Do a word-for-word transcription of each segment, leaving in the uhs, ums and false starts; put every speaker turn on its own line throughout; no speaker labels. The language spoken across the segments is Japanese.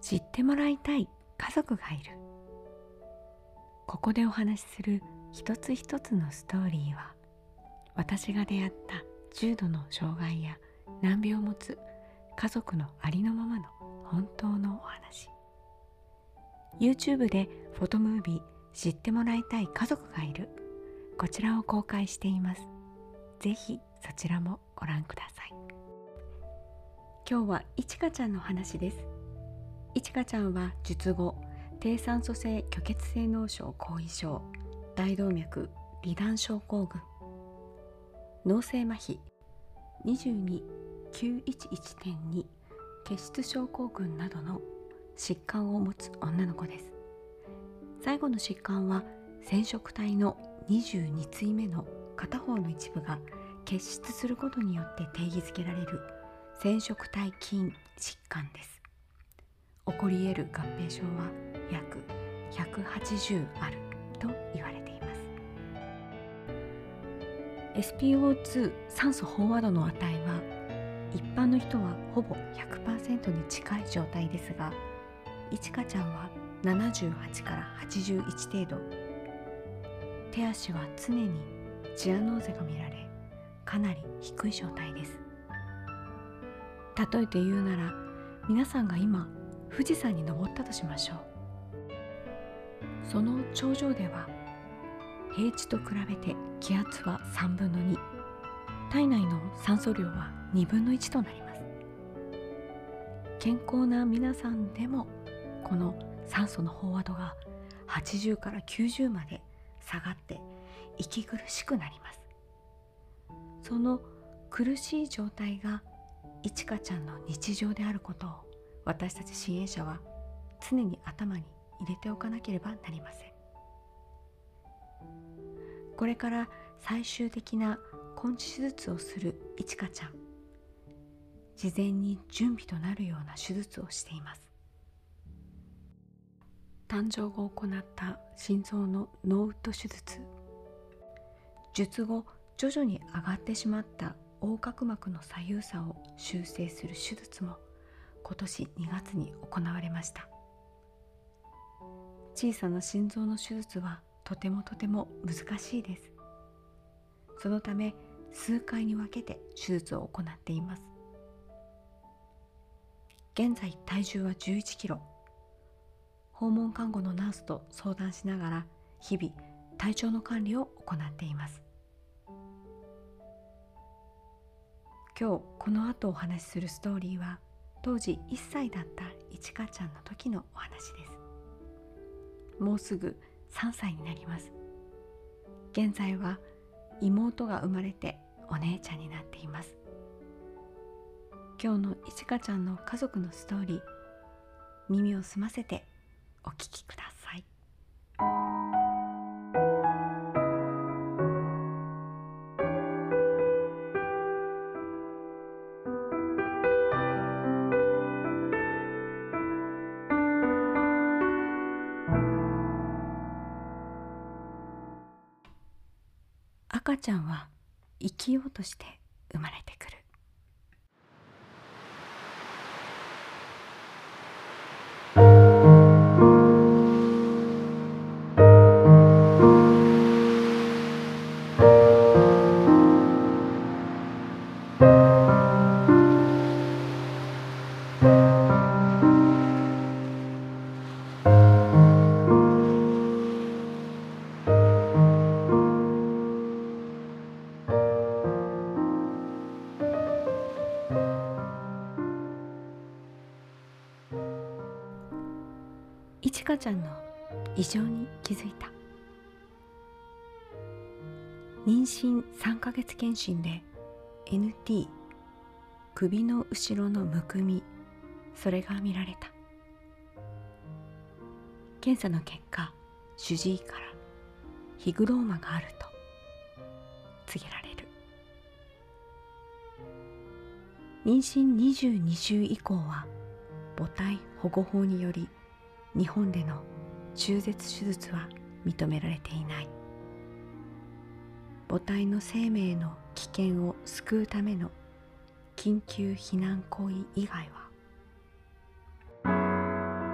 知ってもらいたい家族がいる。ここでお話しする一つ一つのストーリーは、私が出会った重度の障害や難病を持つ家族のありのままの本当のお話。 YouTube でフォトムービー知ってもらいたい家族がいる、こちらを公開しています。ぜひそちらもご覧ください。今日はいちかちゃんの話です。いちかちゃんは術後低酸素性虚血性脳症後遺症、大動脈離断症候群、脳性麻痺 にじゅうにきゅういちいちてんに 結質症候群などの疾患を持つ女の子です。最後の疾患は染色体のにじゅうに対目の片方の一部が結出することによって定義づけられる染色体筋疾患です。起こり得る合併症は約ひゃくはちじゅうあると言われています。 エスピーオーツー 酸素飽和度の値は一般の人はほぼ ひゃくパーセント に近い状態ですが、いちかちゃんはななじゅうはちからはちじゅういち程度、手足は常にチアノーゼが見られ、かなり低い状態です。例えて言うなら、皆さんが今富士山に登ったとしましょう。その頂上では平地と比べて気圧はさんぶんのに、体内の酸素量はにぶんのいちとなります。健康な皆さんでもこの酸素の飽和度がはちじゅうからきゅうじゅうまで下がって息苦しくなります。その苦しい状態がいちかちゃんの日常であることを、私たち支援者は常に頭に入れておかなければなりません。これから最終的な根治手術をするいちかちゃん、事前に準備となるような手術をしています。誕生後行った心臓のノーウッド手術、術後徐々に上がってしまった横隔膜の左右差を修正する手術も今年にがつに行われました。小さな心臓の手術はとてもとても難しいです。そのため数回に分けて手術を行っています。現在体重はじゅういちキロ、訪問看護のナースと相談しながら日々体調の管理を行っています。今日この後お話しするストーリーは、当時いっさいだったいちかちゃんの時のお話です。もうすぐさんさいになります。現在は妹が生まれてお姉ちゃんになっています。今日のいちかちゃんの家族のストーリー、耳を澄ませてお聞きください。赤ちゃんは生きようとして生まれてくる。いちかちゃんの異常に気づいた。妊娠さんかげつ検診で エヌティー 首の後ろのむくみ、それが見られた。検査の結果、主治医からヒグローマがあると告げられる。妊娠にじゅうに週以降は母体保護法により日本での中絶手術は認められていない。母体の生命の危険を救うための緊急避難行為以外は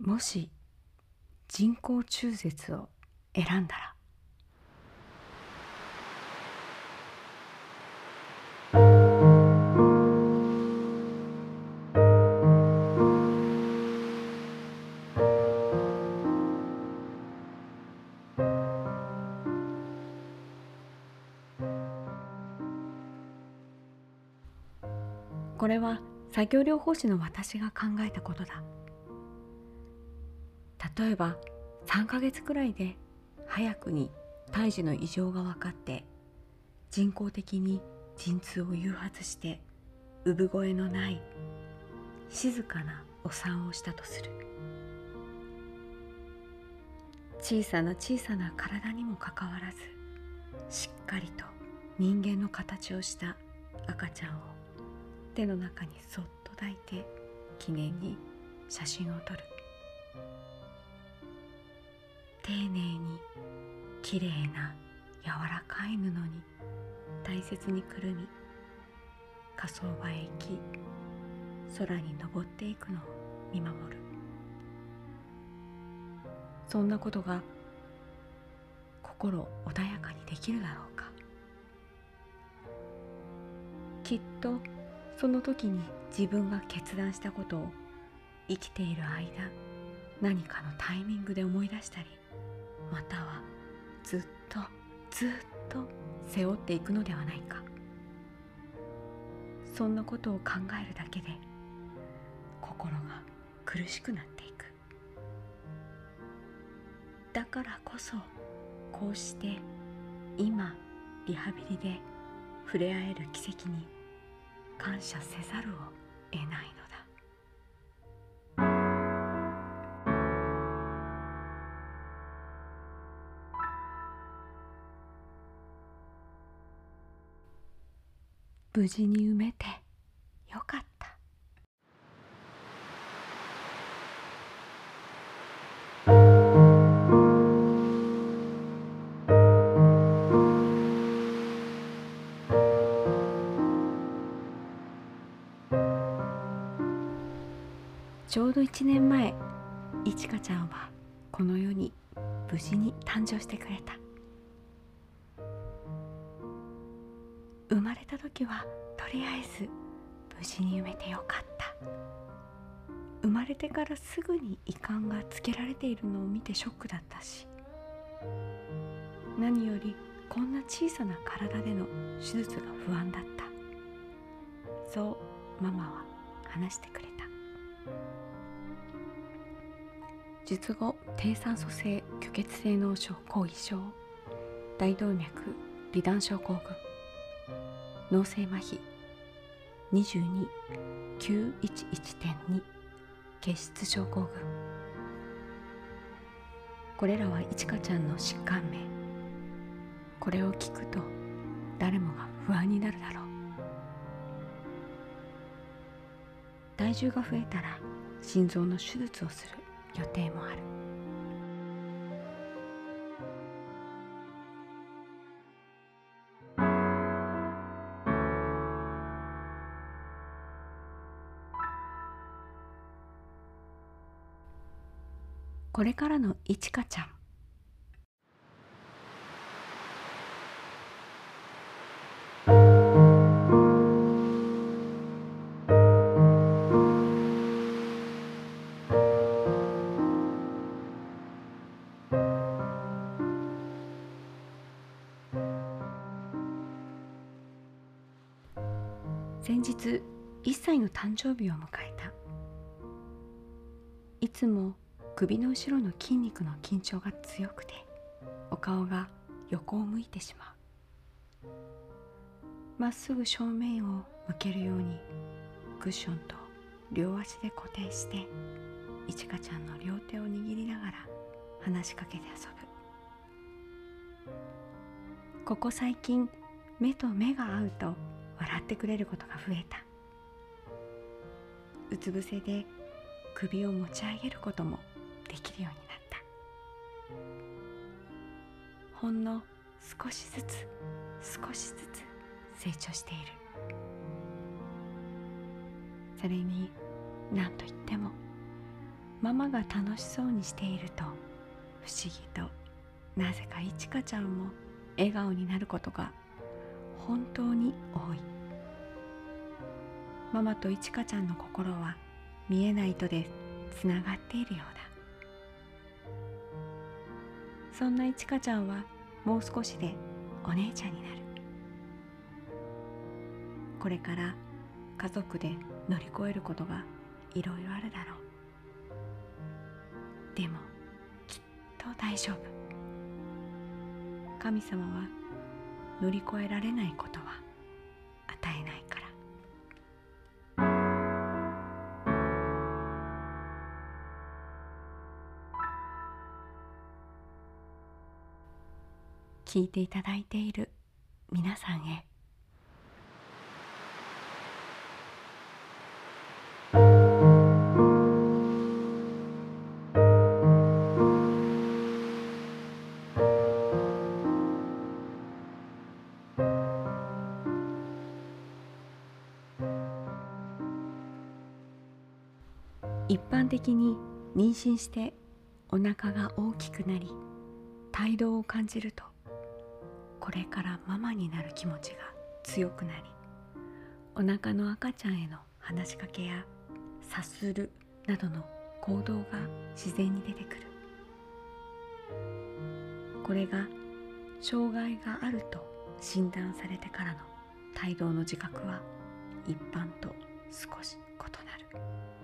もし人工中絶を選んだら、これは作業療法士の私が考えたことだ。例えばさんかげつくらいで早くに胎児の異常が分かって人工的に陣痛を誘発して産声のない静かなお産をしたとする。小さな小さな体にもかかわらずしっかりと人間の形をした赤ちゃんを手の中にそっと抱いて記念に写真を撮る。丁寧にきれいな柔らかい布に大切にくるみ、火葬場へ行き空に登っていくのを見守る。そんなことが心穏やかにできるだろうか。きっとその時に自分が決断したことを生きている間何かのタイミングで思い出したり、またはずっとずっと背負っていくのではないか。そんなことを考えるだけで心が苦しくなっていく。だからこそこうして今リハビリで触れ合える奇跡に感謝せざるを得ないのだ。無事に産めてよかった。ちょうどいちねんまえ、いちかちゃんはこの世に無事に誕生してくれた。生まれた時はとりあえず無事に産めてよかった。生まれてからすぐに胃管がつけられているのを見てショックだったし、何よりこんな小さな体での手術が不安だった。そうママは話してくれた。術後低酸素性虚血性脳症後遺症、大動脈離断症候群、脳性麻痺 にじゅうにきゅういちいちてんに 結質症候群。これらはいちかちゃんの疾患名。これを聞くと誰もが不安になるだろう。体重が増えたら心臓の手術をする予定もある。これからのいちかちゃん。先日いっさいの誕生日を迎えた。いつも首の後ろの筋肉の緊張が強くてお顔が横を向いてしまう。まっすぐ正面を向けるようにクッションと両足で固定していちかちゃんの両手を握りながら話しかけて遊ぶ。ここ最近目と目が合うと笑ってくれることが増えた。うつ伏せで首を持ち上げることもできるようになった。ほんの少しずつ少しずつ成長している。それに何といってもママが楽しそうにしていると、不思議となぜかいちかちゃんも笑顔になることが本当に多い。ママといちかちゃんの心は見えない糸でつながっているようだ。そんないちかちゃんはもう少しでお姉ちゃんになる。これから家族で乗り越えることがいろいろあるだろう。でもきっと大丈夫。神様は乗り越えられないことは与えないから。聞いていただいている皆さんへ、一般的に妊娠してお腹が大きくなり胎動を感じると、これからママになる気持ちが強くなり、お腹の赤ちゃんへの話しかけやさするなどの行動が自然に出てくる。これが障害があると診断されてからの胎動の自覚は一般と少し異なる。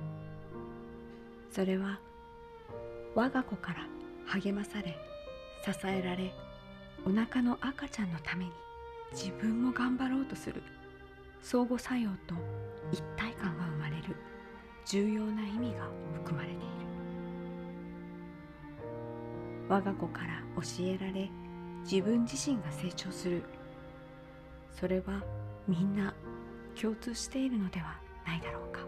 それは我が子から励まされ支えられ、お腹の赤ちゃんのために自分も頑張ろうとする相互作用と一体感が生まれる重要な意味が含まれている。我が子から教えられ自分自身が成長する。それはみんな共通しているのではないだろうか。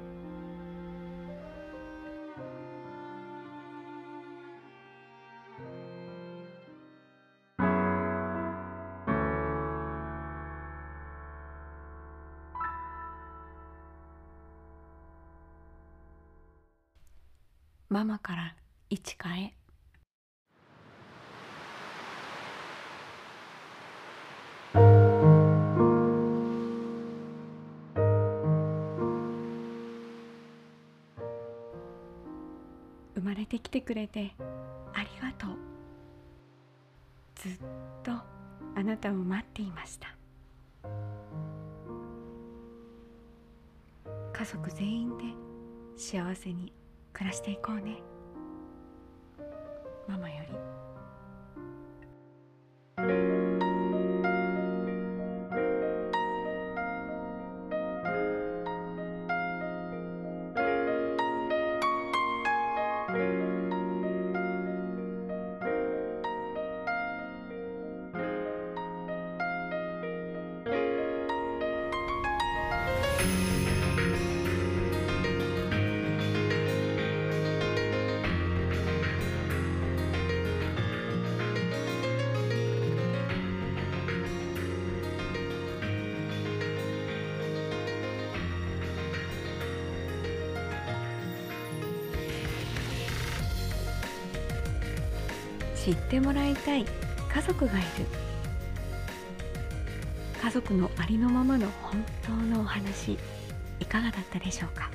ママからいちかへ。生まれてきてくれてありがとう。ずっとあなたを待っていました。家族全員で幸せに暮らしていこうね。ママより。知ってもらいたい家族がいる。家族のありのままの本当のお話、いかがだったでしょうか。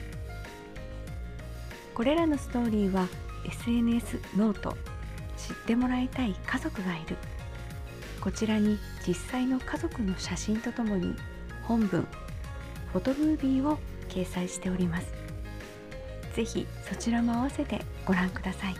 これらのストーリーは エスエヌエス ノート知ってもらいたい家族がいる、こちらに実際の家族の写真とともに本文フォトムービーを掲載しております。ぜひそちらも合わせてご覧ください。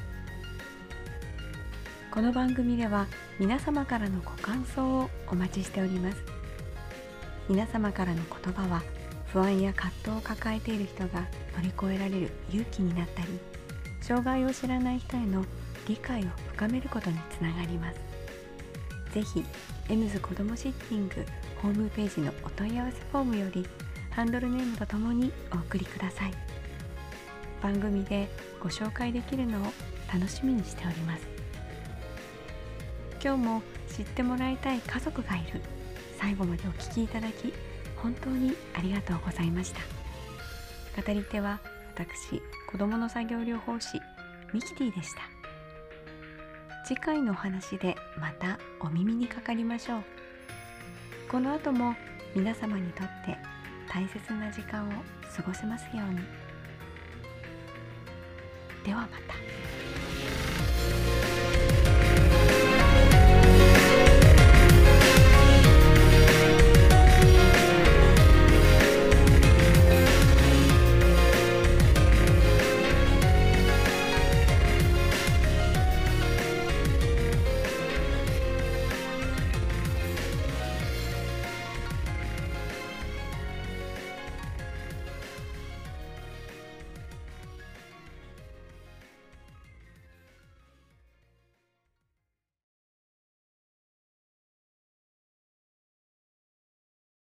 この番組では皆様からのご感想をお待ちしております。皆様からの言葉は不安や葛藤を抱えている人が乗り越えられる勇気になったり、障害を知らない人への理解を深めることにつながります。ぜひエムズ子どもシッティングホームページのお問い合わせフォームよりハンドルネームとともにお送りください。番組でご紹介できるのを楽しみにしております。今日も知ってもらいたい家族がいる、最後までお聞きいただき本当にありがとうございました。語り手は私、子どもの作業療法士ミキティでした。次回のお話でまたお耳にかかりましょう。この後も皆様にとって大切な時間を過ごせますように。ではまた。